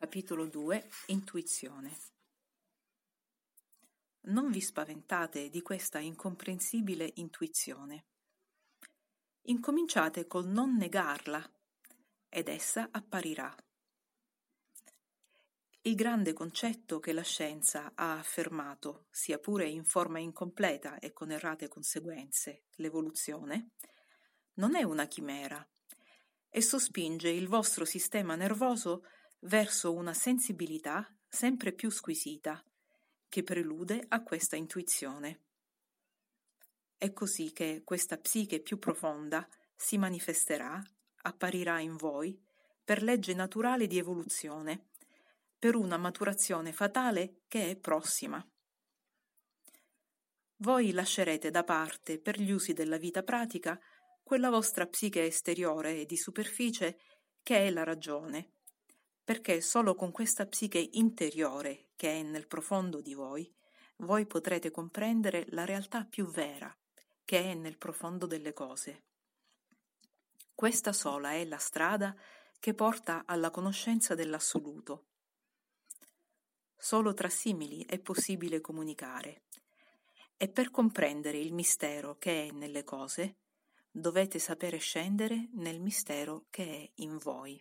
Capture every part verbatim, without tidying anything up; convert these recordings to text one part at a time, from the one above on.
Capitolo due. Intuizione. Non vi spaventate di questa incomprensibile intuizione. Incominciate col non negarla ed essa apparirà. Il grande concetto che la scienza ha affermato, sia pure in forma incompleta e con errate conseguenze, l'evoluzione, non è una chimera. Esso spinge il vostro sistema nervoso verso una sensibilità sempre più squisita, che prelude a questa intuizione. È così che questa psiche più profonda si manifesterà, apparirà in voi, per legge naturale di evoluzione, per una maturazione fatale che è prossima. Voi lascerete da parte, per gli usi della vita pratica, quella vostra psiche esteriore e di superficie che è la ragione, perché solo con questa psiche interiore che è nel profondo di voi, voi potrete comprendere la realtà più vera, che è nel profondo delle cose. Questa sola è la strada che porta alla conoscenza dell'assoluto. Solo tra simili è possibile comunicare, e per comprendere il mistero che è nelle cose, dovete sapere scendere nel mistero che è in voi.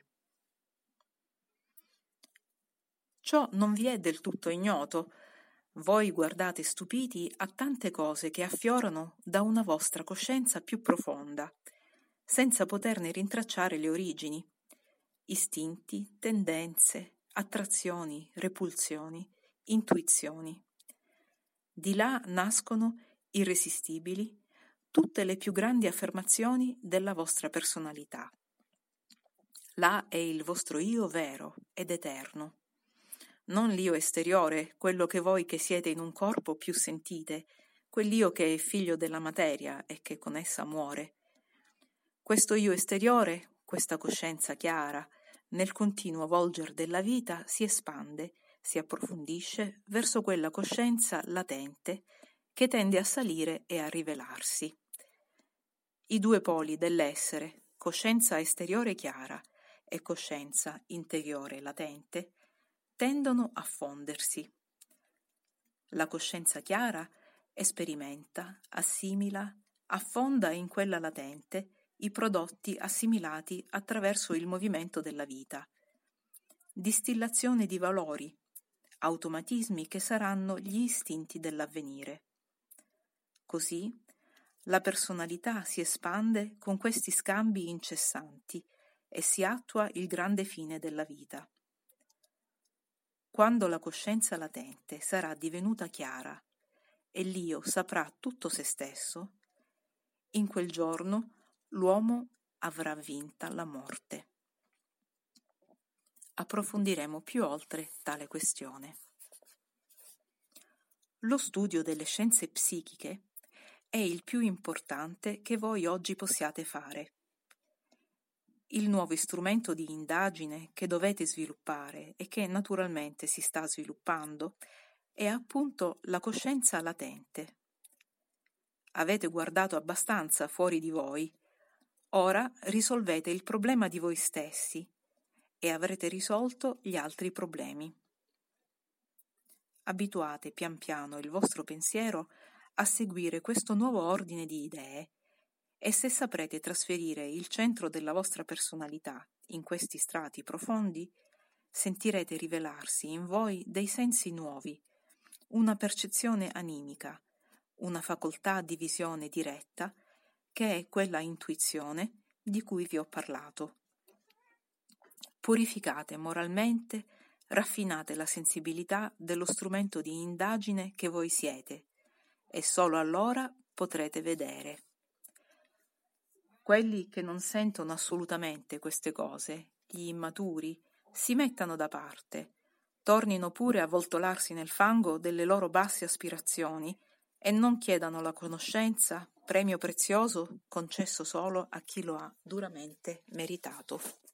Ciò non vi è del tutto ignoto. Voi guardate stupiti a tante cose che affiorano da una vostra coscienza più profonda, senza poterne rintracciare le origini, istinti, tendenze, attrazioni, repulsioni, intuizioni. Di là nascono, irresistibili, tutte le più grandi affermazioni della vostra personalità. Là è il vostro io vero ed eterno. Non l'io esteriore, quello che voi che siete in un corpo più sentite, quell'io che è figlio della materia e che con essa muore. Questo io esteriore, questa coscienza chiara, nel continuo volger della vita si espande, si approfondisce verso quella coscienza latente che tende a salire e a rivelarsi. I due poli dell'essere, coscienza esteriore chiara e coscienza interiore latente, tendono a fondersi. La coscienza chiara sperimenta, assimila, affonda in quella latente i prodotti assimilati attraverso il movimento della vita. Distillazione di valori, automatismi che saranno gli istinti dell'avvenire. Così la personalità si espande con questi scambi incessanti e si attua il grande fine della vita. Quando la coscienza latente sarà divenuta chiara e l'io saprà tutto se stesso, in quel giorno l'uomo avrà vinta la morte. Approfondiremo più oltre tale questione. Lo studio delle scienze psichiche è il più importante che voi oggi possiate fare. Il nuovo strumento di indagine che dovete sviluppare e che naturalmente si sta sviluppando è appunto la coscienza latente. Avete guardato abbastanza fuori di voi, ora risolvete il problema di voi stessi e avrete risolto gli altri problemi. Abituate pian piano il vostro pensiero a seguire questo nuovo ordine di idee e se saprete trasferire il centro della vostra personalità in questi strati profondi, sentirete rivelarsi in voi dei sensi nuovi, una percezione animica, una facoltà di visione diretta che è quella intuizione di cui vi ho parlato. Purificate moralmente, raffinate la sensibilità dello strumento di indagine che voi siete e solo allora potrete vedere. Quelli che non sentono assolutamente queste cose, gli immaturi, si mettano da parte, tornino pure a voltolarsi nel fango delle loro basse aspirazioni e non chiedano la conoscenza, premio prezioso concesso solo a chi lo ha duramente meritato.